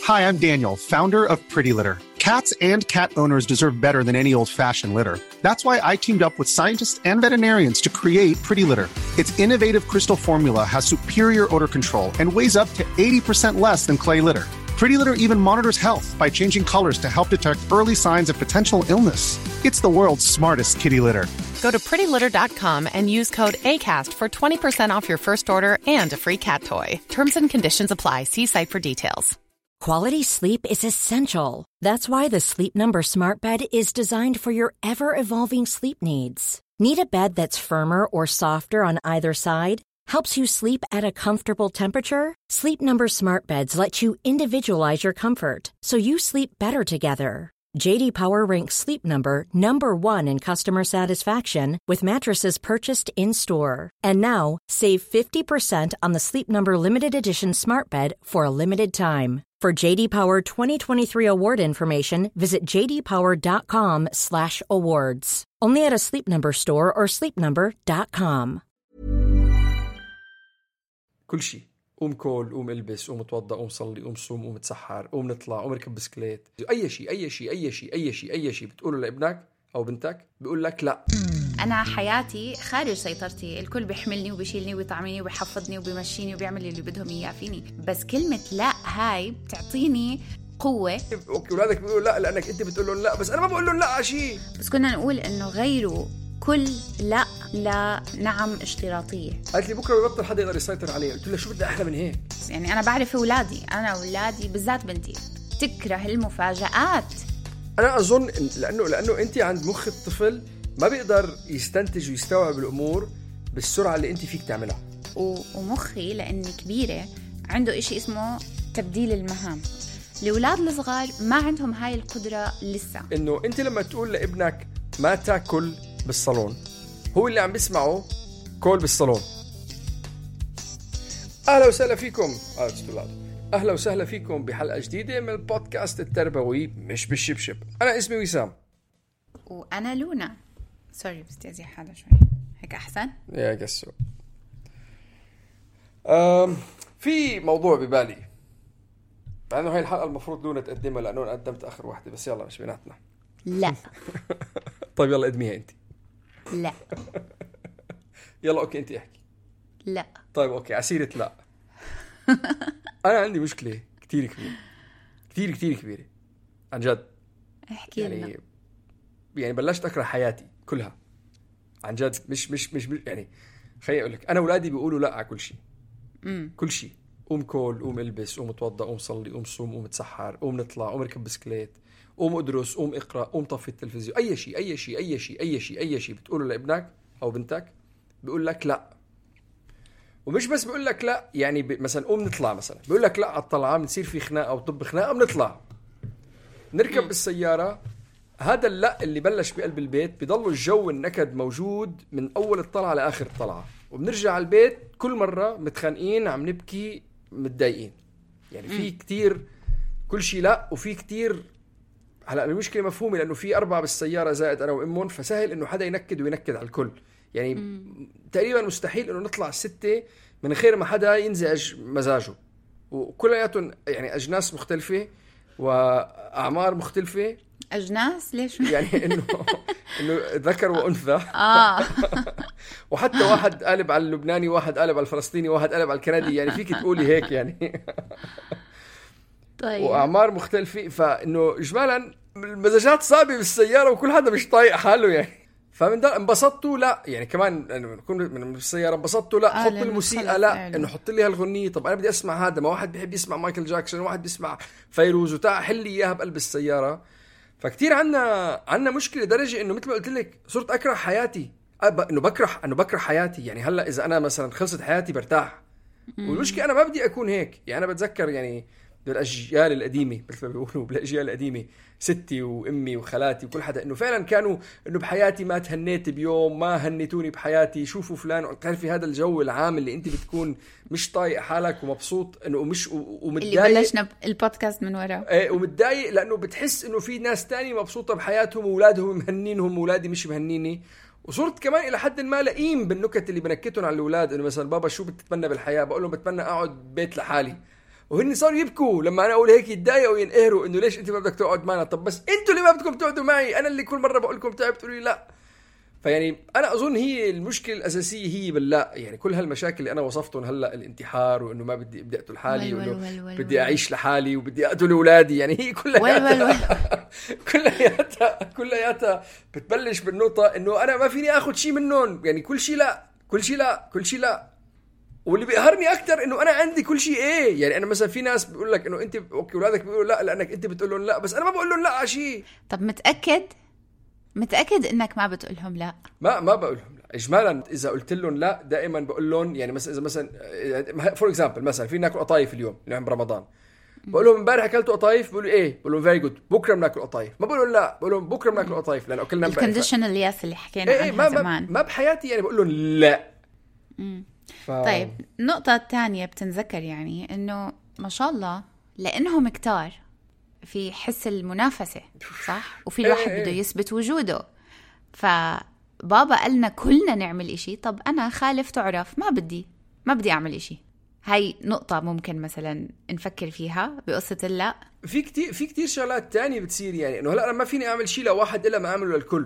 Hi, I'm Daniel, founder of Pretty Litter. Cats and cat owners deserve better than any old-fashioned litter. That's why I teamed up with scientists and veterinarians to create Pretty Litter. Its innovative crystal formula has superior odor control and weighs up to 80% less than clay litter. Pretty Litter even monitors health by changing colors to help detect early signs of potential illness. It's the world's smartest kitty litter. Go to prettylitter.com and use code ACAST for 20% off your first order and a free cat toy. Terms and conditions apply. See site for details. Quality sleep is essential. That's why the Sleep Number Smart Bed is designed for your ever-evolving sleep needs. Need a bed that's firmer or softer on either side? Helps you sleep at a comfortable temperature? Sleep Number Smart Beds let you individualize your comfort, so you sleep better together. J.D. Power ranks Sleep Number number 1 in customer satisfaction with mattresses purchased in-store. And now, save 50% on the Sleep Number Limited Edition Smart Bed for a limited time. For J.D. Power 2023 award information, visit jdpower.com/awards. Only at a Sleep Number store or sleepnumber.com. كل شيء. قوم كول، قوم البس، قوم اتوضى، قوم صلي، قوم صوم، قوم تسحر، قوم نطلع، قوم ركب بسكليت. اي شيء بتقوله لابنك او بنتك بيقول لك لا. انا حياتي خارج سيطرتي، الكل بيحملني وبيشيلني وبيطعمني وبيحفظني وبيمشيني وبيعمل اللي بدهم اياه فيني، بس كلمه لا هاي بتعطيني قوه. اوكي، اولادك بيقولوا لا لانك انت بتقول لهم لا، بس انا ما بقول لهم لا على شيء. بس كنا نقول انه غيروا كل لا نعم اشتراطيه. قالت لي بكره ببطل حدا يقدر يسيطر عليه. قلت لها شو بدي احلى من هيك؟ يعني انا بعرف اولادي، بالذات بنتي تكره المفاجآت. انا اظن لانه انت عند مخ الطفل ما بيقدر يستنتج ويستوعب الامور بالسرعه اللي انت فيك تعملها. ومخي لاني كبيره عنده إشي اسمه تبديل المهام. الاولاد الصغار ما عندهم هاي القدره لسه. انه انت لما تقول لابنك ما تاكل بالصالون، هو اللي عم بيسمعه كول بالصالون. اهلا وسهلا فيكم اهلا وسهلا فيكم بحلقه جديده من البودكاست التربوي مش بالشبشب. انا اسمي وسام وانا لونا. سوري بس تأذي حالة شوي هيك احسن يا قسو. في موضوع ببالي، مع انه هاي الحلقه المفروض لونا تقدمها لانه انا قدمت اخر واحده، بس يلا مش بيناتنا. لا طيب يلا قدميها انت. لا يلا اوكي انت احكي. لا طيب اوكي عسيرة لا. انا عندي مشكله كتير كبيره، كتير كبيره عن جد. احكي لنا. يعني بلشت اكره حياتي كلها عن جد. مش يعني خليني اقول لك، انا اولادي بيقولوا لا على كل شيء. كل شيء. قوم كول، قوم البس، قوم اتوضى، قوم صلي، قوم صوم، قوم تسحر، قوم نطلع، قوم ركب بسكليت، قوم ادرس، قوم اقرا، قوم طفي التلفزيون. اي شيء بتقوله لابنك او بنتك بيقول لك لا. ومش بس بيقول لك لا، يعني مثلا قوم نطلع، مثلا بيقول لك لا على الطلعه، بنصير في خناقه او طب خناقه، بنطلع نركب بالسياره. هذا اللا اللي بلش بقلب البيت بيضل الجو النكد موجود من اول الطلعه لاخر الطلعه، وبنرجع على البيت كل مره متخانقين، عم نبكي، متضايقين. يعني في كتير كل شيء لا، وفي كتير. هلا المشكله مفهومه لانه في 4 بالسياره زائد انا وامهم، فسهل انه حدا ينكد وينكد على الكل. يعني تقريبا مستحيل انه نطلع 6 من غير ما حدا ينزعج مزاجه. وكلياتهم يعني اجناس مختلفه واعمار مختلفه. اجناس ليش؟ يعني انه ذكر وانثى. وحتى واحد قالب على اللبناني، واحد قالب على الفلسطيني، واحد قالب على الكندي. يعني فيك تقولي هيك يعني. طيب. واعمار مختلفه، فانه اجمالا المزاجات صعبه بالسياره وكل حدا مش طايق حاله يعني. فمن ده انبسطتوا لا، يعني كمان نكون من السياره انبسطتوا لا، حط الموسيقى لا، انه حط لي هالغنيه. طب انا بدي اسمع هذا، ما واحد بيحب يسمع مايكل جاكسون، واحد بيسمع فيروز، وتاع حل لي اياها بقلب السياره. فكتير عنا مشكله لدرجه انه مثل ما قلت لك صرت اكره حياتي. انه بكره حياتي. يعني هلا اذا انا مثلا خلصت حياتي برتاح. والمشكله انا ما بدي اكون هيك. يعني انا بتذكر يعني بالاجيال القديمه، مثل ما بيقولوا بالاجيال القديمه، ستي وامي وخالاتي وكل حدا، انه فعلا كانوا انه بحياتي ما تهنيت بيوم، ما هنيتوني بحياتي، شوفوا فلان. تعرفي هذا الجو العام اللي انت بتكون مش طايق حالك ومبسوط انه مش ومتضايق. اللي بلشنا البودكاست من ورا. ايه، ومتضايق لانه بتحس انه في ناس تاني مبسوطه بحياتهم واولادهم مهنينهم واولادي مش مهنيني. وصرت كمان الى حد ما لئيم بالنكت اللي بنكتهم على الاولاد، انه مثلا بابا شو بتتمنى بالحياه؟ بقول لهم بتمنى اقعد بيت لحالي. وهن صاروا يبكوا لما انا اقول هيك، يتضايقوا وينقهروا انه ليش انت ما بدك تقعد معنا. طب بس انتوا اللي ما بدكم تقعدوا معي، انا اللي كل مره بقول لكم تعب تقولوا لي لا. فيعني انا اظن هي المشكله الاساسيه هي باللا. يعني كل هالمشاكل اللي انا وصفتهم هلا، الانتحار وانه ما بدي اقتل حالي وانه بدي اعيش لحالي وبدي اقتل اولادي، يعني هي كلياتها بتبلش بالنقطه انه انا ما فيني اخذ شيء منهم. يعني كل شيء لا. واللي بيقهرني اكثر انه انا عندي كل شيء ايه. يعني انا مثلا في ناس بيقول لك انه انت اوكي اولادك بيقولوا لا لانك انت بتقول لهم لا، بس انا ما بقول لهم لا على شيء. طب متأكد انك ما بتقول لهم لا؟ ما بقول لهم لا اجمالا. اذا قلت لهم لا دائما بقول لهم، يعني مثلا اذا مثلا فور اكزامبل مثلا في ناكل قطايف اليوم نحن برمضان، بقول لهم امبارح اكلتوا قطايف، بيقولوا ايه، بقول لهم فيري جود، بكره بناكل قطايف. ما بقول لهم لا، بقول لهم بكره بناكل قطايف لانه اكلنا امبارح. الكونديشنال ياس اللي حكينا عنها زمان. ما بحياتي يعني بقول لهم لا. طيب النقطة الثانية بتنذكر يعني انه ما شاء الله لانهم كتار في حس المنافسة، صح؟ وفي الواحد بده يثبت وجوده. فبابا قالنا كلنا نعمل إشي، طب أنا خالف تعرف ما بدي أعمل إشي. هاي نقطة ممكن مثلا نفكر فيها بقصة اللا. في كتير شغلات تانية بتصير، يعني إنه هلا أنا ما فيني أعمل شيء لواحد إلا ما أعمله للكل،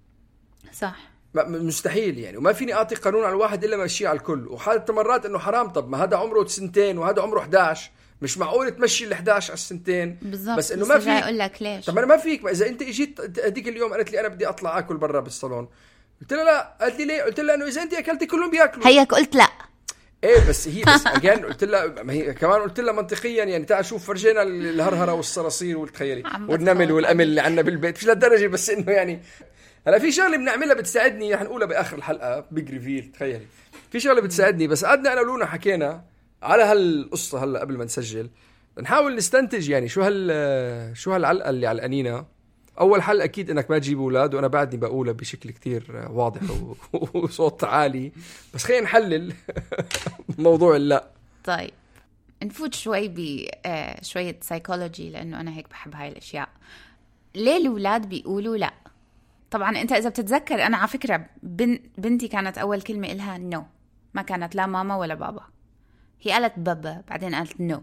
صح؟ مستحيل يعني. وما فيني أعطي قانون على الواحد إلا ما أمشيه على الكل. وحتى مرات إنه حرام، طب ما هذا عمره 2 وهذا عمره 11، مش معقول تمشي ال11 على 2. بالضبط. بس انه ما فيك اقول لك ليش. طب انا ما فيك. ما اذا انت اجيت هذيك اليوم قالت لي انا بدي اطلع اكل برا بالصالون، قلت لها لا. قالت لي ليه؟ قلت لها انه اذا انت اكلتي كلهم بياكلوا. هيك قلت لا. ايه بس هي بس اجان قلت لها، ما هي كمان قلت لها منطقيا يعني تعال شوف فرجينا الهرهره والصراصير والتخيلي والنمل والامل اللي عندنا بالبيت، مش لهالدرجه. بس انه يعني هلا في شغله بنعملها بتساعدني، رح نقولها باخر الحلقه بيج ريفيل. تخيلي في شغله بتساعدني. بس قعدنا انا ولونا حكينا على هالقصه هلا قبل ما نسجل، نحاول نستنتج يعني شو هالعلقه اللي علقانينا. اول حل اكيد انك ما تجيب اولاد، وانا بعدني بقولها بشكل كتير واضح وصوت عالي. بس خلينا نحلل موضوع اللا. طيب نفوت شوي شويه سايكولوجي، لانه انا هيك بحب هاي الاشياء. ليه الاولاد بيقولوا لا؟ طبعا انت اذا بتتذكر، انا على فكره بنتي كانت اول كلمه إلها نو، ما كانت لا ماما ولا بابا. هي قالت بابا بعدين قالت نو.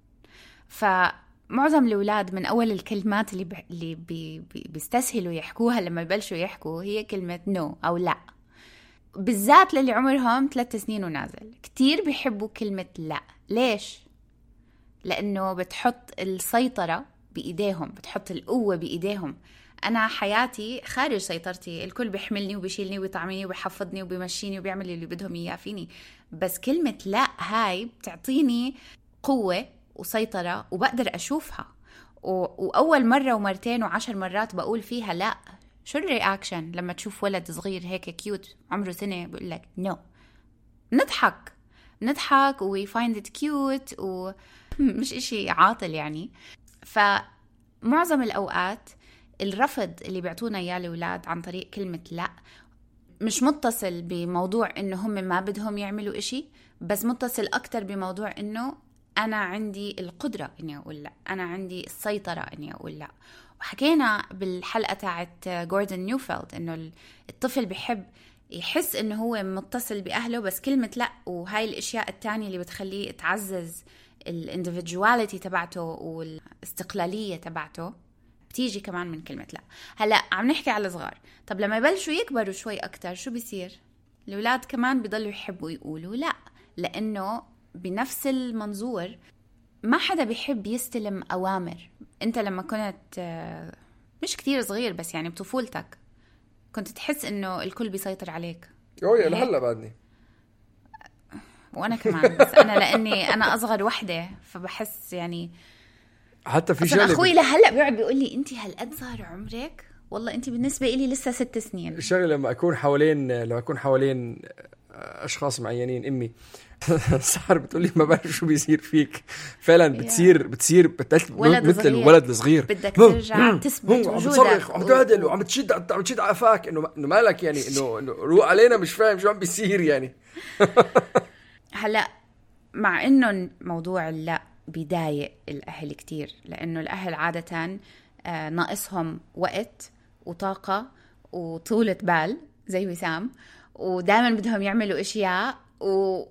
فمعظم الأولاد من أول الكلمات اللي بيستسهلوا يحكوها لما يبلشوا يحكوا هي كلمة نو أو لا. بالذات للي عمرهم 3 سنين ونازل كتير بيحبوا كلمة لا. ليش؟ لأنه بتحط السيطرة بإيديهم، بتحط القوة بإيديهم. أنا حياتي خارج سيطرتي، الكل بيحملني وبيشيلني وبيطعمني وبيحفظني وبيمشيني وبيعمل اللي بدهم إياه فيني. بس كلمة لا هاي بتعطيني قوة وسيطرة وبقدر أشوفها. وأول مرة ومرتين و10 مرات بقول فيها لا. شو الرياكشن لما تشوف ولد صغير هيك كيوت عمره 1 سنة بقول لك نو؟ نضحك و we find it cute ومش إشي عاطل يعني. فمعظم الأوقات الرفض اللي بيعطونا إياه الأولاد عن طريق كلمة لا مش متصل بموضوع إنه هم ما بدهم يعملوا إشي، بس متصل أكتر بموضوع إنه أنا عندي القدرة إني أقول لا، أنا عندي السيطرة إني أقول لا. وحكينا بالحلقة تاعت جوردن نيوفيلد إنه الطفل بيحب يحس إنه هو متصل بأهله، بس كلمة لا وهاي الأشياء التانية اللي بتخليه تعزز الانديفيدواليتي تبعته والاستقلالية تبعته بتيجي كمان من كلمة لا. هلأ عم نحكي على صغار. طب لما يبلشوا يكبروا شوي أكتر شو بيصير؟ الأولاد كمان بيضلوا يحبوا يقولوا لا، لأنه بنفس المنظور ما حدا بيحب يستلم أوامر. أنت لما كنت مش كتير صغير بس يعني بطفولتك كنت تحس إنه الكل بيسيطر عليك. يا لهلا بعدني. وأنا كمان، بس أنا لأني أنا أصغر وحدة فبحس يعني حتى في شغله أخوي لهلا بيقعد بيقول لي أنت هالقد صار عمرك، والله أنت بالنسبة إلي لسه 6 سنين. الشغله لما أكون حوالين أشخاص معينين، أمي صار بتقولي ما بعرف شو بيصير فيك فعلا. بتصير مثل الولد الصغير، بدك ترجع تثبت وجودك وعم تعدل وعم تشد على قفاك انه مالك يعني انه روق علينا، مش فاهم شو عم بيصير يعني. هلا مع انه موضوع لا بيضايق الاهل كتير، لانه الاهل عاده ناقصهم وقت وطاقه وطولة بال زي وسام، ودائما بدهم يعملوا اشياء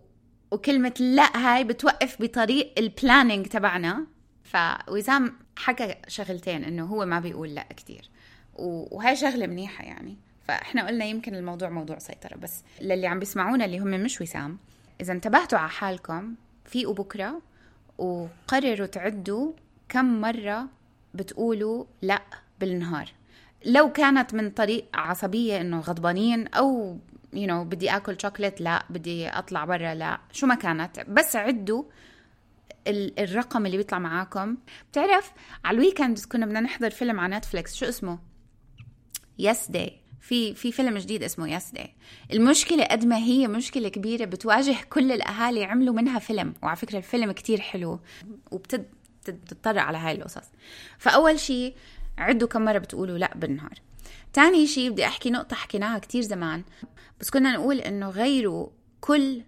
وكلمة لا هاي بتوقف بطريق البلانينج تبعنا. فوسام حكى شغلتين انه هو ما بيقول لا كتير، وهاي شغلة منيحة يعني. فاحنا قلنا يمكن الموضوع موضوع سيطرة. بس للي عم بيسمعونا اللي هم مش وسام، اذا انتبهتوا على حالكم فيقوا بكرة وقرروا تعدوا كم مرة بتقولوا لا بالنهار. لو كانت من طريق عصبية انه غضبانين او بدي اكل شوكولات، لا بدي اطلع برا، لا شو ما كانت، بس عدوا الرقم اللي بيطلع معاكم. بتعرف على الويكند كنا بدنا نحضر فيلم على نتفليكس، شو اسمه؟ يس داي. في فيلم جديد اسمه يس داي. المشكلة قد ما هي مشكلة كبيرة بتواجه كل الأهالي، عملوا منها فيلم، وعلى فكرة الفيلم كتير حلو وبتتطرق على هاي القصص. فأول شيء عدوا كم مرة بتقولوا لا بالنهار. تاني شيء بدي أحكي نقطة حكيناها كتير زمان، بس كنا نقول إنه غيروا كل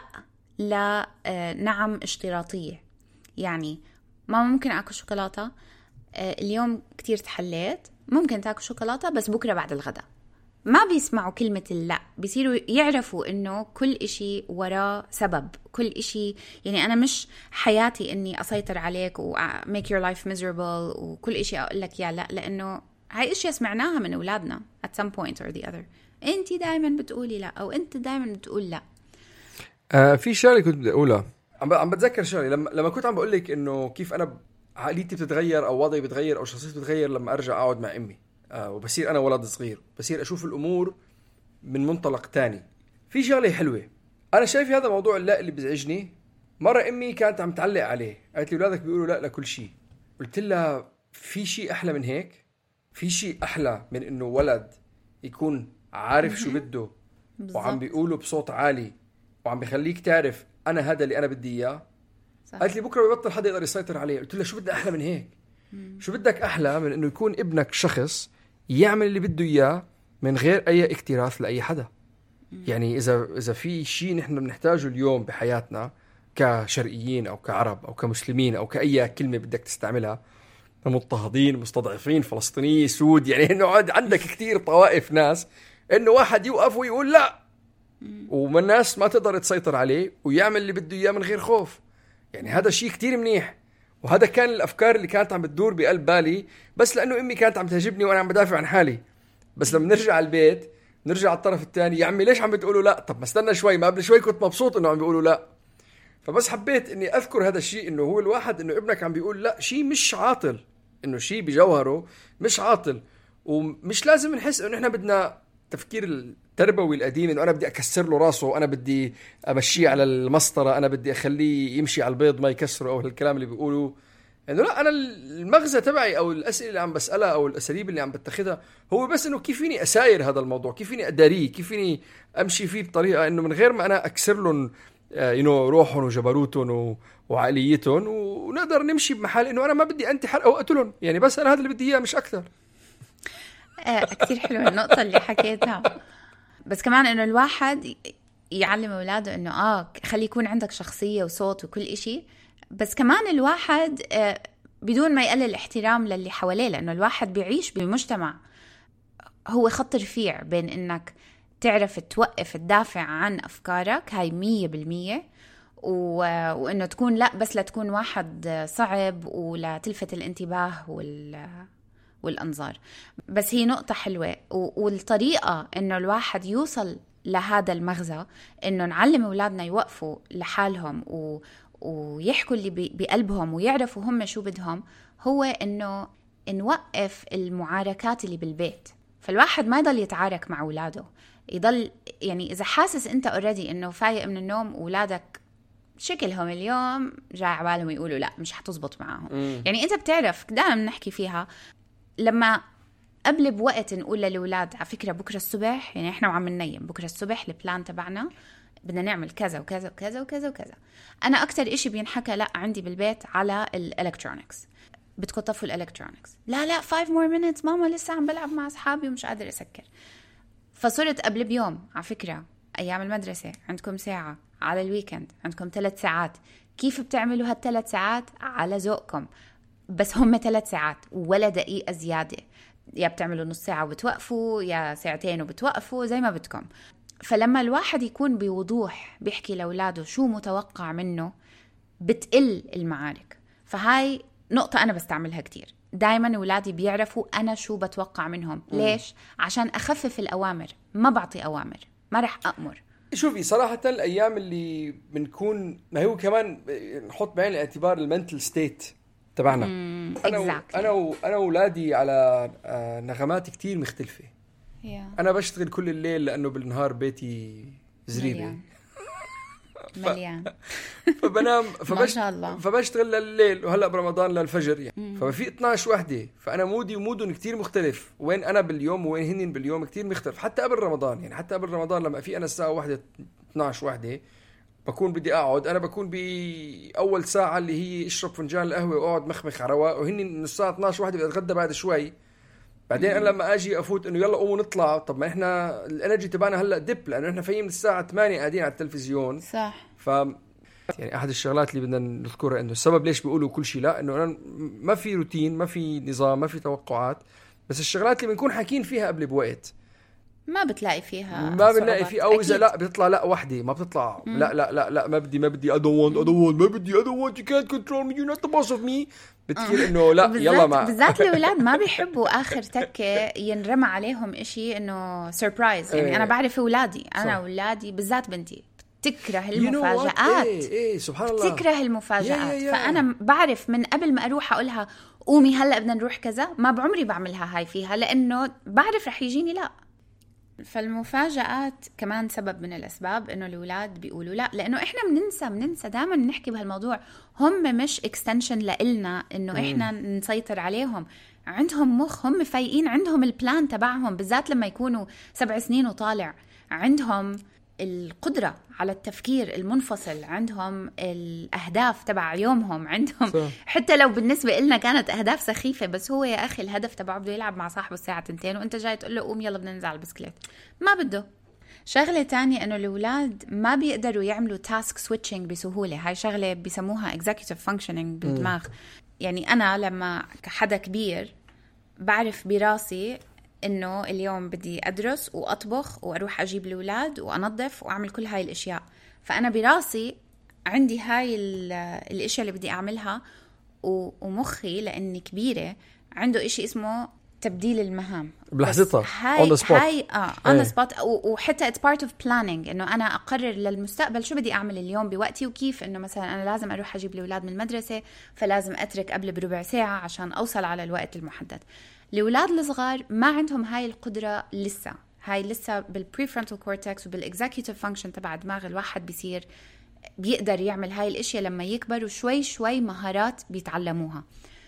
لا نعم اشتراطية. يعني ما ممكن أكل شوكولاتة اليوم كتير تحليت، ممكن تاكل شوكولاتة بس بكرة بعد الغداء. ما بيسمعوا كلمة اللا، بيصيروا يعرفوا إنه كل إشي وراه سبب، كل إشي يعني أنا مش حياتي إني أسيطر عليك و make your life miserable وكل إشي أقول لك يا لا، لأنه هاي إشياء سمعناها من أولادنا at some point or the other. أنتي دايما بتقولي لا، أو أنت دايما بتقول لا. في شغله كنت بدي اقولها، عم بتذكر شغله لما كنت عم بقول لك انه كيف انا عقليتي بتتغير او وضعي بتغير او شخصيتي بتتغير لما ارجع اقعد مع امي، وبصير انا ولد صغير، بصير اشوف الامور من منطلق تاني. في شغله حلوه انا شايف هذا موضوع اللا اللي بيزعجني. مره امي كانت عم تعلق عليه، قالت لي اولادك بيقولوا لا لكل شيء. قلت لها في شيء احلى من هيك؟ في شيء احلى من انه ولد يكون عارف شو بده وعم بيقوله بصوت عالي وعم بيخليك تعرف انا هذا اللي انا بدي اياه؟ قالت لي بكره بيبطل حدا يقدر يسيطر عليه. قلت لها شو بدك احلى من هيك؟ شو بدك احلى من انه يكون ابنك شخص يعمل اللي بده اياه من غير اي اكتراث لاي حدا؟ يعني اذا في شيء نحن بنحتاجه اليوم بحياتنا كشرقيين او كعرب او كمسلمين او كاي كلمه بدك تستعملها، مضطهدين، مستضعفين، فلسطيني، سود، يعني انه عندك كتير طوائف ناس، انه واحد يوقف ويقول لا ومن الناس ما تقدر تسيطر عليه ويعمل اللي بده اياه من غير خوف. يعني هذا شيء كتير منيح، وهذا كان الافكار اللي كانت عم بتدور بقلب بالي، بس لانه امي كانت عم تهاجمني وانا عم بدافع عن حالي. بس لما نرجع على البيت نرجع على الطرف الثاني، يا عمي ليش عم بتقولوا لا؟ طب ما استنى شوي، ما قبل شوي كنت مبسوط انه عم بيقولوا لا. فبس حبيت اني اذكر هذا الشيء، انه هو الواحد انه ابنك عم بيقول لا شيء مش عاطل، انه شيء بجوهره مش عاطل، ومش لازم نحس انه احنا بدنا تفكير التربوي القديم انه انا بدي اكسر له راسه، انا بدي امشيه على المسطره، انا بدي اخليه يمشي على البيض ما يكسره، او الكلام اللي بيقولوا انه لا. انا المغزى تبعي او الاسئله اللي عم بسالها او الاساليب اللي عم بتخذها هو بس انه كيف فيني اساير هذا الموضوع، كيف فيني اداريه، كيف فيني امشي فيه بطريقه انه من غير ما انا اكسر لهم روحهم وجبروتهم وعقليتهم، ونقدر نمشي بمحل انه انا ما بدي انتحر او اقتلهم، يعني بس انا هذا اللي بدي اياه مش اكثر. كتير حلوة النقطة اللي حكيتها. بس كمان انه الواحد يعلم اولاده انه خلي يكون عندك شخصية وصوت وكل اشي، بس كمان الواحد بدون ما يقلل الاحترام للي حواليه، لانه الواحد بيعيش بمجتمع هو خط رفيع بين انك تعرف توقف تدافع عن افكارك، هاي 100%، وانه تكون لا بس لا تكون واحد صعب ولا تلفت الانتباه والأنظار. بس هي نقطة حلوة، والطريقة إنه الواحد يوصل لهذا المغزى إنه نعلم أولادنا يوقفوا لحالهم ويحكوا اللي بقلبهم ويعرفوا هم شو بدهم، هو إنه نوقف المعاركات اللي بالبيت. فالواحد ما يضل يتعارك مع أولاده، يضل يعني إذا حاسس أنت أوريدي إنه فايق من النوم أولادك شكلهم اليوم جاي عبالهم يقولوا لا مش حتزبط معاهم. يعني أنت بتعرف دائما نحكي فيها لما قبل بوقت نقول للأولاد على فكرة بكرة الصبح، يعني إحنا وعم ننيم بكرة الصبح البلان تبعنا بدنا نعمل كذا وكذا وكذا وكذا وكذا. أنا أكتر إشي بينحكى لا عندي بالبيت على الإلكترونيكس، بدكم تطفوا الإلكترونيكس. لا 5 more minutes ماما لسه عم بلعب مع أصحابي ومش قادر أسكر. فصرت قبل بيوم على فكرة أيام المدرسة عندكم ساعة، على الويكند عندكم 3 ساعات. كيف بتعملوا هال3 ساعات؟ على ذوقكم، بس هم 3 ساعات ولا دقيقة زيادة. يا بتعملوا نص ساعة وبتوقفوا، يا ساعتين وبتوقفوا، زي ما بدكم. فلما الواحد يكون بوضوح بيحكي لأولاده شو متوقع منه بتقل المعارك. فهاي نقطة أنا بستعملها كتير. دايما أولادي بيعرفوا أنا شو بتوقع منهم. ليش؟ عشان أخفف الأوامر. ما بعطي أوامر، ما رح أأمر. شوفي صراحة الأيام اللي بنكون، ما هو كمان نحط بعين الاعتبار المنتل ستيت تبعنا. أنا وأولادي على نغمات كتير مختلفة. أنا بشتغل كل الليل لأنه بالنهار بيتي زريبة مليان فبنام ما شاء الله. فبشتغل لليل، وهلأ برمضان للفجر يعني. ففي 12 وحدة، فأنا مودي ومودهم كتير مختلف. وين أنا باليوم وين هنين باليوم كتير مختلف. حتى قبل رمضان يعني، حتى قبل رمضان لما في أنا الساعة 12 وحدة بكون بدي أقعد. أنا بكون بأول ساعة اللي هي اشرب فنجان القهوة وأقعد مخمخ على رواق، وهني من الساعة 12 وحدة بدي أتغدى بعد شوي. بعدين أنا لما أجي أفوت إنه يلا قوموا نطلع. طب ما إحنا الانرجي تبعنا هلأ دب، لأنه إحنا فايين من الساعة 8 قاعدين على التلفزيون. صح. يعني أحد الشغلات اللي بدنا نذكرها إنه السبب ليش بيقولوا كل شيء لا، إنه أنا ما في روتين، ما في نظام، ما في توقعات. بس الشغلات اللي بنكون حاكين فيها قبل بوقت ما بتلاقي فيها، ما بنلاقي فيه. أو إذا لا بتطلع لا وحدي ما بتطلع. لا لا لا لا ما بدي I don't want you can't control me, you're not the boss of me. بتكير إنه لا يلا مع بالذات الأولاد ما بيحبوا آخر تكة ينرمى عليهم إشي إنه سربرايز. يعني أنا بعرف أولادي، أنا أولادي بالذات بنتي تكره المفاجآت. سبحان الله تكره المفاجآت. فأنا بعرف من قبل ما أروح أقولها قومي هلأ بدنا نروح كذا، ما بعمري بعملها هاي فيها، لأنه بعرف رح يجيني لا. فالمفاجآت كمان سبب من الأسباب إنه الأولاد بيقولوا لا، لأنه إحنا بننسى دائما نحكي بهالموضوع. هم مش إكستنشن لإلنا إنه إحنا نسيطر عليهم. عندهم مخ، هم فايقين، عندهم البلان تبعهم. بالذات لما يكونوا 7 سنين وطالع، عندهم القدرة على التفكير المنفصل، عندهم الأهداف تبع يومهم، عندهم صح. حتى لو بالنسبة إلنا كانت أهداف سخيفة، بس هو يا أخي الهدف تبعه بده يلعب مع صاحبه الساعة 2 وإنت جاي تقول له قوم يلا بدنا ننزل على البسكليت، ما بده. شغلة تانية إنه الأولاد ما بيقدروا يعملوا تاسك سويتشنج بسهولة. هاي شغلة بيسموها executive functioning بالدماغ. يعني أنا لما كحدا كبير بعرف براسي إنه اليوم بدي أدرس وأطبخ وأروح أجيب الأولاد وأنظف وأعمل كل هاي الأشياء. فأنا براسي عندي هاي الأشياء اللي بدي أعملها، ومخي لأني كبيرة عنده إشي اسمه تبديل المهام بلحظتها on the spot. وحتى it's part of planning، إنه أنا أقرر للمستقبل شو بدي أعمل اليوم بوقتي، وكيف إنه مثلا أنا لازم أروح أجيب الأولاد من المدرسة، فلازم أترك قبل بربع ساعة عشان أوصل على الوقت المحدد. الأولاد الصغار ما عندهم هاي القدرة لسه. هاي لسه بالبريفرونتال كورتكس وبالإكزيكيوتيف فانكشن تبع دماغ الواحد بيقدر يعمل هاي الاشياء لما يكبر، وشوي شوي مهارات بيتعلموها.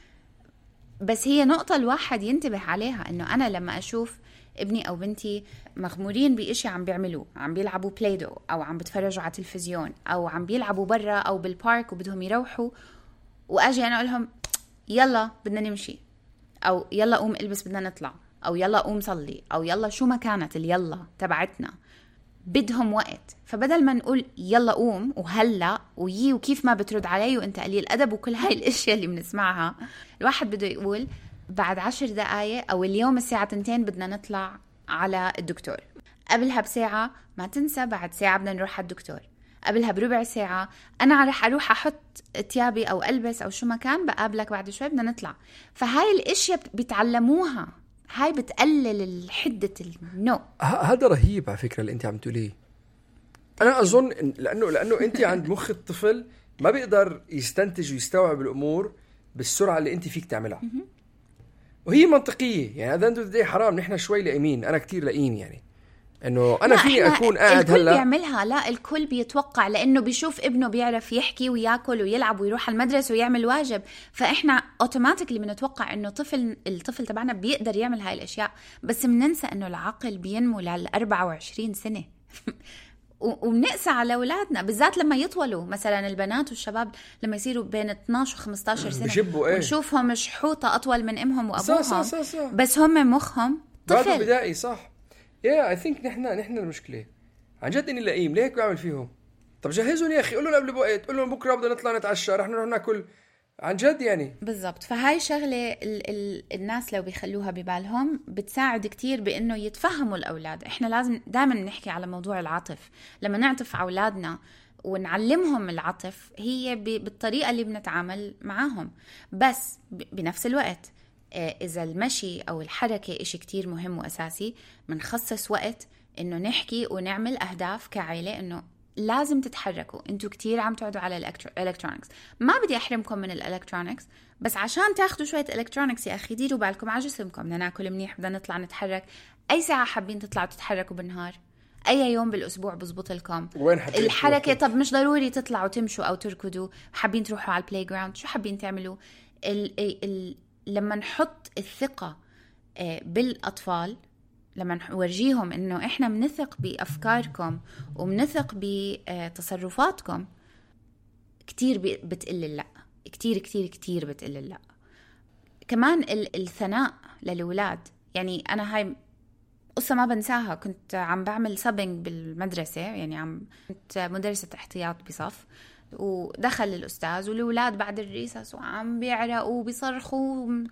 بس هي نقطة الواحد ينتبه عليها، إنه أنا لما أشوف ابني أو بنتي مغمورين بإشي عم بيعملوه، عم بيلعبوا بلايدو أو عم بتفرجوا على التلفزيون أو عم بيلعبوا برا أو بالبارك وبدهم يروحوا، وأجي أنا أقولهم يلا بدنا نمشي، أو يلا قوم البس بدنا نطلع، أو يلا قوم صلي، أو يلا شو ما كانت اليلا تبعتنا، بدهم وقت. فبدل ما نقول يلا قوم وهلا وكيف ما بترد علي وانت قليل أدب وكل هاي الاشياء اللي بنسمعها، الواحد بده يقول بعد 10 دقايق أو اليوم الساعة 2 بدنا نطلع على الدكتور، قبلها بساعة ما تنسى بعد ساعة بدنا نروح على الدكتور، قبلها بربع ساعة أنا رح أروح أحط تيابي أو ألبس أو شو ما كان، بقابلك بعد شوي بدنا نطلع. فهاي الاشياء بيتعلموها، هاي بتقلل الحدة النو. هذا رهيب على فكرة اللي أنت عم تقوليه. أنا أظن لأنه أنت عند مخ الطفل ما بيقدر يستنتج ويستوعب الأمور بالسرعة اللي أنت فيك تعملها، وهي منطقية. يعني هذا أنتو بدي حرام نحن شوي لئيمين، أنا كتير لئيم، يعني إنه أنا فيني أكون قاعد هلا بيعملها. لا الكل بيتوقع، لأنه بيشوف ابنه بيعرف يحكي ويأكل ويلعب ويروح المدرسة ويعمل واجب، فإحنا أوتوماتيكلي بنتوقع إنه الطفل تبعنا بيقدر يعمل هاي الأشياء. بس بننسى إنه العقل بينمو ل24 سنة وبنقسى على أولادنا، بالذات لما يطولوا. مثلا البنات والشباب لما يصيروا بين 12 و15 سنة ونشوفهم شحوطة أطول من أمهم وأبوهم، صح. بس هم مخهم طفل بدائي. صح I think نحن المشكلة عن جد إني لئيم. ليه هيك بعمل فيهم؟ طب جهزون يا أخي، قول لهم قبل بوقت، قول لهم بكرة بدنا نطلع نتعشى، رح نروح ناكل عن جد يعني. بالضبط. فهاي شغلة الناس لو بيخلوها ببالهم بتساعد كتير بأنه يتفهموا الأولاد. إحنا لازم دائما نحكي على موضوع العطف. لما نعطف على أولادنا ونعلمهم العطف هي بالطريقة اللي بنتعامل معاهم، بس بنفس الوقت إذا المشي أو الحركة إشي كتير مهم وأساسي، منخصص وقت إنه نحكي ونعمل أهداف كعائلة إنه لازم تتحركوا. انتوا كتير عم تقعدوا على الالكترونيكس. ما بدي احرمكم من الالكترونيكس، بس عشان تاخدوا شويه الكترونيكس يا اخي ديروا بالكم على جسمكم. بدنا ناكل منيح، بدنا نطلع نتحرك. اي ساعه حابين تطلعوا تتحركوا بالنهار؟ اي يوم بالاسبوع بزبط لكم الحركه؟ طب مش ضروري تطلعوا تمشوا او تركضوا، حابين تروحوا على البلاي جراوند، شو حابين تعملوا؟ لما نحط الثقه بالاطفال، لما نورجيهم انه احنا بنثق بافكاركم وبنثق بتصرفاتكم، كتير بتقل لا، كتير كتير كتير بتقل لا. كمان الثناء للأولاد. يعني انا هاي قصة ما بنساها. كنت عم بعمل سابينج بالمدرسة، يعني كنت مدرسة احتياط بصف، ودخل الأستاذ والأولاد بعد الريسس وعم بيعرقوا وبيصرخوا،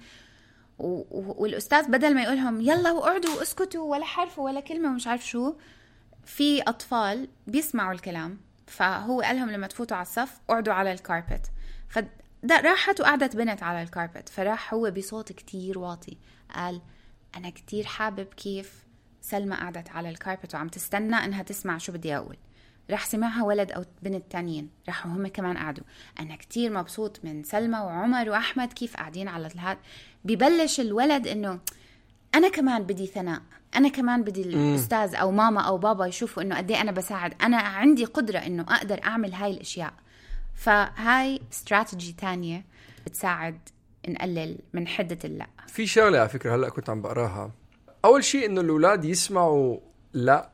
والأستاذ بدل ما يقولهم يلا وقعدوا واسكتوا ولا حرف ولا كلمة ومش عارف شو، في أطفال بيسمعوا الكلام، فهو قالهم لما تفوتوا على الصف قعدوا على الكاربت. راحت وقعدت بنت على الكاربت، فراح هو بصوت كتير واطي قال أنا كتير حابب كيف سلمى قعدت على الكاربت وعم تستنى إنها تسمع شو بدي أقول. راح سمعها ولد أو بنت تانيين، راحوا هم كمان قعدوا. أنا كتير مبسوط من سلمى وعمر وأحمد كيف قاعدين على الهاد. ببلش الولد إنه أنا كمان بدي ثناء، أنا كمان بدي الأستاذ أو ماما أو بابا يشوفوا إنه قد إيه أنا بساعد، أنا عندي قدرة إنه أقدر أعمل هاي الأشياء. فهاي استراتيجي تانية بتساعد نقلل من حدة اللأ. في شغلة على فكرة هلأ كنت عم بقراها. أول شيء إنه الأولاد يسمعوا لأ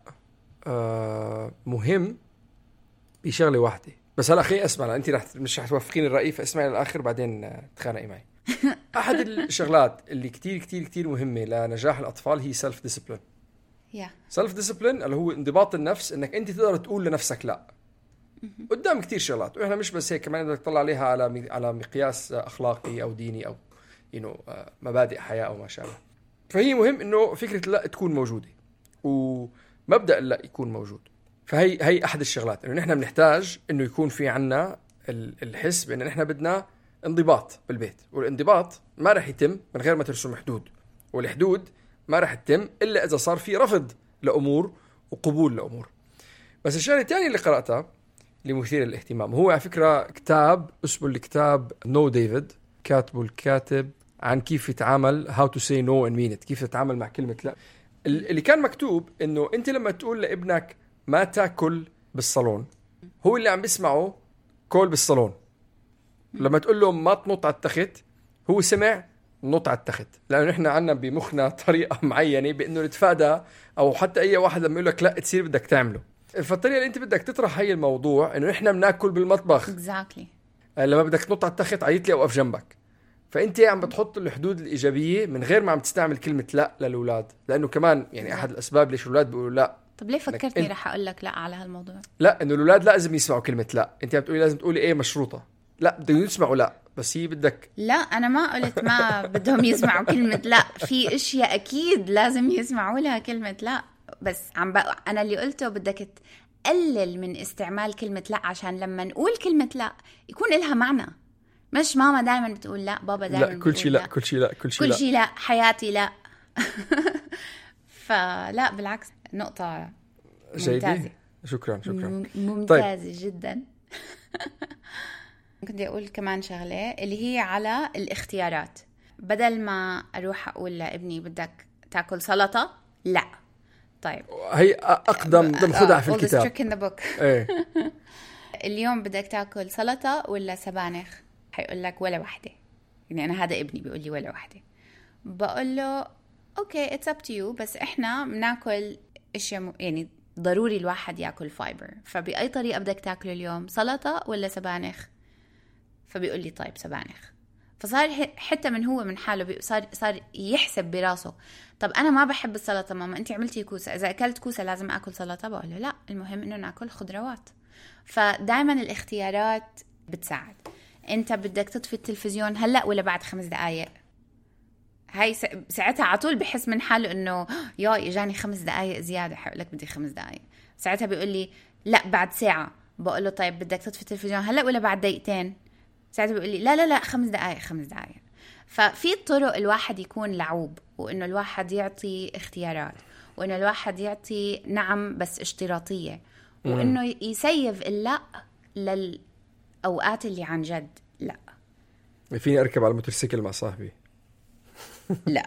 مهم بشغلة واحدة بس. هلا أخي أسمع، أنت مش رح توافقين الرأي، فاسمعي للآخر بعدين تخانقي معي. أحد الشغلات اللي كتير كتير كتير مهمة لنجاح الأطفال هي سيلف ديسيبلين. سيلف ديسيبلين اللي هو انضباط النفس، إنك أنت تقدر تقول لنفسك لا قدام كتير شغلات. وإحنا مش بس هيك، كمان بدك تطلع عليها على مقياس أخلاقي أو ديني أو مبادئ حياة أو ما شابه. فهي مهم إنه فكرة لا تكون موجودة ومبدأ لا يكون موجود. فهي أحد الشغلات إنه نحن بنحتاج إنه يكون في عنا الحس بأن نحن بدنا انضباط بالبيت، والانضباط ما رح يتم من غير ما ترسم حدود، والحدود ما رح تتم إلا إذا صار في رفض لأمور وقبول لأمور. بس الشغلة الثانية اللي قرأتها اللي مثير للاهتمام هو على فكرة كتاب اسمه الكتاب نو ديفيد، كاتبه الكاتب عن كيف يتعامل how to say no and mean it، كيف تتعامل مع كلمة لا. اللي كان مكتوب إنه أنت لما تقول لابنك ما تاكل بالصالون، هو اللي عم بيسمعه كول بالصالون. لما تقول له ما تنط على التخت، هو سمع نط على التخت، لأنه نحن عنا بمخنا طريقة معينة بأنه نتفادى، أو حتى أي واحد لما يقول لك لا تصير بدك تعمله. فالطريقة اللي أنت بدك تطرح هي الموضوع إنه نحن بناكل بالمطبخ exactly. لما بدك تنط على التخت عيط لي أوقف جنبك. فأنت عم بتحط الحدود الإيجابية من غير ما عم تستعمل كلمة لا للأولاد، لأنه كمان يعني أحد الأسباب ليش الأولاد بيقولوا لا. طب ليه فكرتني رح أقول لك لا على هالموضوع؟ لا، إنه الأولاد لازم يسمعوا كلمة لا. أنت عم تقولي لازم تقولي إيه مشروطة، لا بدهم يسمعوا لا، بس هي بدك. لا أنا ما قلت ما بدهم يسمعوا كلمة لا، في أشياء أكيد لازم يسمعوا لها كلمة لا، بس أنا اللي قلته بدك تقلل من استعمال كلمة لا عشان لما نقول كلمة لا يكون لها معنى. مش ماما دائما بتقول لا، بابا دائما لا كل شيء لا، كل شيء لا، كل شيء لا، حياتي لا. فلا بالعكس، نقطة ممتازة. شكرا ممتازة طيب. جدا. كنت أقول كمان شغلة اللي هي على الاختيارات. بدل ما أروح أقول لابني بدك تاكل سلطة، لا طيب هي أقدم خدعة في الكتاب. trick in the book. اليوم بدك تاكل سلطة ولا سبانخ؟ هيقول لك ولا واحدة. يعني أنا هذا ابني بيقول لي ولا واحدة. بقول له أوكي it's up to you، بس إحنا بناكل إشياء يعني ضروري الواحد يأكل فايبر، فبأي طريقة بدك تاكل اليوم، سلطة ولا سبانخ؟ فبيقول لي طيب سبانخ. فصار حتى من هو من حاله صار يحسب براسه. طب أنا ما بحب السلطة ماما، أنت عملتي كوسة، إذا أكلت كوسة لازم أكل سلطة؟ بقول له لا، المهم إنه نأكل خضروات. فدائما الاختيارات بتساعد. انت بدك تطفي التلفزيون هلأ ولا بعد 5 دقايق؟ هاي ساعتها على طول بحس من حاله انه يا اجاني 5 دقايق زياده، حقول لك بدي 5 دقايق. ساعتها بيقول لي لا بعد ساعه، بقول له طيب بدك تطفي التلفزيون هلا ولا بعد دقيقتين؟ ساعتها بيقول لي لا 5 دقايق 5 دقايق. ففي طرق الواحد يكون لعوب، وانه الواحد يعطي اختيارات، وانه الواحد يعطي نعم بس اشتراطيه، وانه يسيف اللا للاوقات اللي عن جد لا. فيني اركب على الموتوسيكل مع صاحبي؟ لا.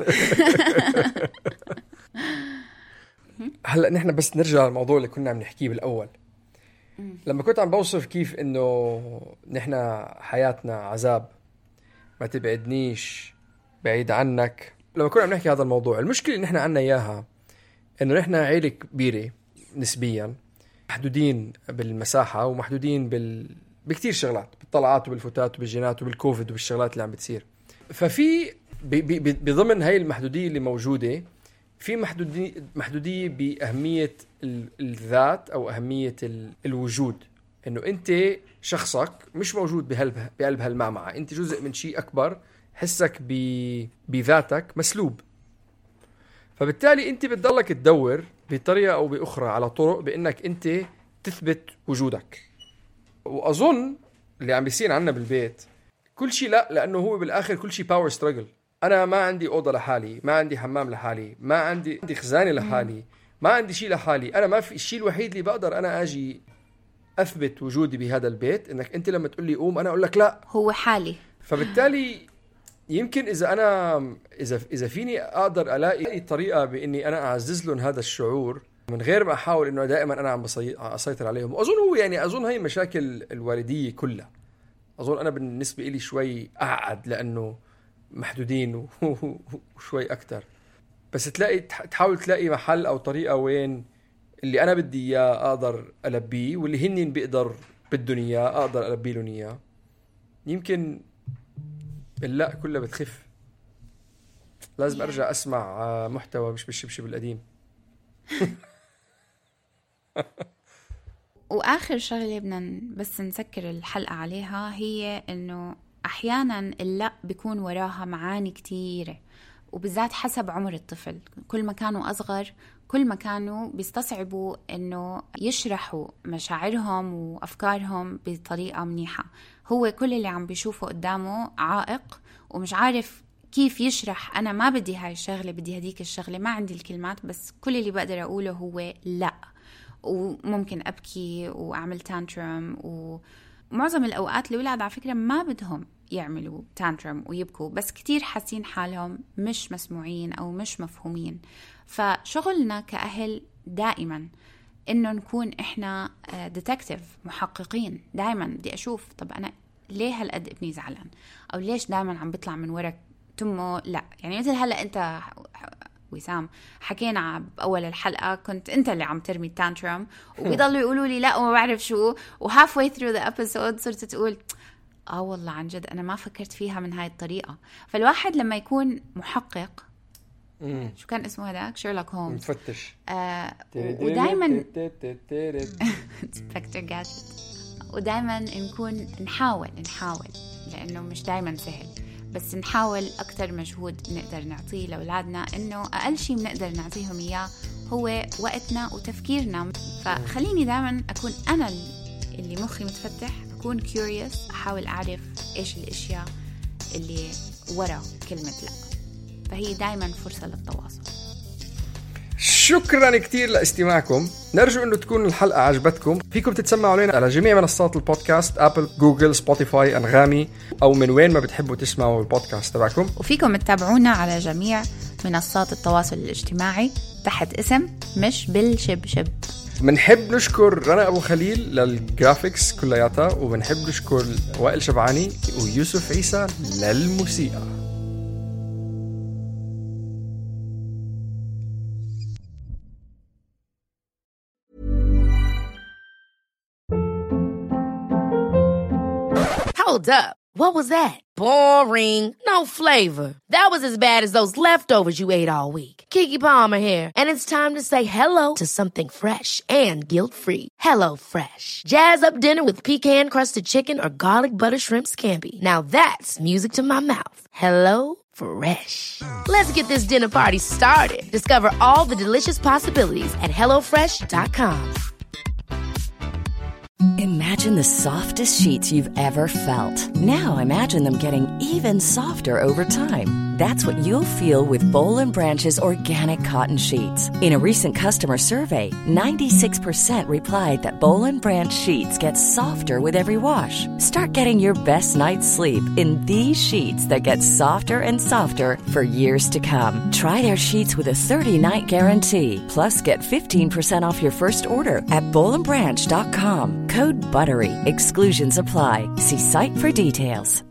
هلا نحن بس نرجع للموضوع اللي كنا عم نحكيه بالاول. لما كنت عم بوصف كيف انه نحن حياتنا عذاب، ما تبعدنيش بعيد عنك. لما كنا عم نحكي هذا الموضوع، المشكله اللي نحن عنا اياها انه نحن عائله كبيره نسبيا، محدودين بالمساحه ومحدودين بكتير شغلات، بالطلعات وبالفتات وبالجينات وبالكوفيد وبالشغلات اللي عم بتصير. ففي بضمن هاي المحدوديه اللي موجوده في محدوديه باهميه الذات او اهميه الوجود، انه انت شخصك مش موجود بقلب هالمعمعه، انت جزء من شيء اكبر، حسك بذاتك مسلوب. فبالتالي انت بتضلك تدور بطريقه او باخرى على طرق بانك انت تثبت وجودك. واظن اللي عم بيصير عنا بالبيت كل شيء لا، لانه هو بالاخر كل شيء باور ستراجل. انا ما عندي اوضه لحالي، ما عندي حمام لحالي، ما عندي خزانه لحالي، ما عندي شيء لحالي. انا ما في الشيء الوحيد اللي بقدر انا اجي اثبت وجودي بهذا البيت انك انت لما تقول لي قوم انا اقول لك لا، هو حالي. فبالتالي يمكن اذا فيني اقدر الاقي طريقه باني انا اعزز لهم هذا الشعور من غير ما احاول انه دائما انا عم اسيطر عليهم. واظن هو يعني اظن هي مشاكل الوالديه كلها. اظن انا بالنسبه لي شوي اعقد لانه محدودين وشوي اكتر، بس تحاول تلاقي محل او طريقه وين اللي انا بدي اياه اقدر البيه، واللي هن بيقدر بدهم اياه اقدر البي لهم اياه. يمكن لا كلها بتخف. لازم ارجع اسمع محتوى مش بالشبشب القديم. واخر شغله بدنا بس نسكر الحلقه عليها هي انه احيانا اللا بيكون وراها معاني كتيره، وبالذات حسب عمر الطفل. كل ما كانوا اصغر كل ما كانوا بيستصعبوا انه يشرحوا مشاعرهم وافكارهم بطريقه منيحه. هو كل اللي عم بيشوفه قدامه عائق ومش عارف كيف يشرح أنا ما بدي هاي الشغلة، بدي هديك الشغلة، ما عندي الكلمات، بس كل اللي بقدر أقوله هو لا. وممكن أبكي وأعمل تانترم. ومعظم الأوقات الأولاد على فكرة ما بدهم يعملوا تانترم ويبكوا، بس كتير حاسين حالهم مش مسموعين أو مش مفهومين. فشغلنا كأهل دائما إنه نكون إحنا ديتكتيف، محققين. دائما بدي أشوف طب أنا ليه هالقد ابني زعلان، أو ليش دائما عم بيطلع من ورا تمه لا. يعني مثل هلأ أنت وسام حكينا بأول الحلقة كنت أنت اللي عم ترمي التانترم وبيضلوا يقولوا لي لا وما بعرف شو، وhalfway through the episode صرت تقول والله عن جد أنا ما فكرت فيها من هاي الطريقة. فالواحد لما يكون محقق، شو كان اسمه هذاك؟ شيرلوك هومز، مفتش، ودايما سبكتر جادجت، ودايما نحاول لأنه مش دايما سهل، بس نحاول أكتر مجهود نقدر نعطيه لأولادنا. إنه أقل شيء بنقدر نعطيهم إياه هو وقتنا وتفكيرنا. فخليني دائما أكون أنا اللي مخي متفتح، أكون curious، أحاول أعرف إيش الأشياء اللي ورا كلمة لا. فهي دائما فرصة للتواصل. شكرا كتير لاستماعكم. نرجو انه تكون الحلقة عجبتكم. فيكم تتسمعوا علينا على جميع منصات البودكاست، ابل، جوجل، سبوتيفاي، انغامي، او من وين ما بتحبوا تسمعوا البودكاست تبعكم. وفيكم تتابعونا على جميع منصات التواصل الاجتماعي تحت اسم مش بالشبشب. بنحب نشكر رنا ابو خليل للجرافيكس كلياتها، وبنحب نشكر وائل شبعاني ويوسف عيسى للموسيقى. Hold up. What was that? Boring. No flavor. That was as bad as those leftovers you ate all week. Keke Palmer here, and it's time to say hello to something fresh and guilt-free. Hello Fresh. Jazz up dinner with pecan-crusted chicken or garlic butter shrimp scampi. Now that's music to my mouth. Hello Fresh. Let's get this dinner party started. Discover all the delicious possibilities at HelloFresh.com. Imagine the softest sheets you've ever felt. Now imagine them getting even softer over time. That's what you'll feel with Boll & Branch's organic cotton sheets. In a recent customer survey, 96% replied that Boll & Branch sheets get softer with every wash. Start getting your best night's sleep in these sheets that get softer and softer for years to come. Try their sheets with a 30-night guarantee. Plus, get 15% off your first order at BollandBranch.com. Code BUTTERY. Exclusions apply. See site for details.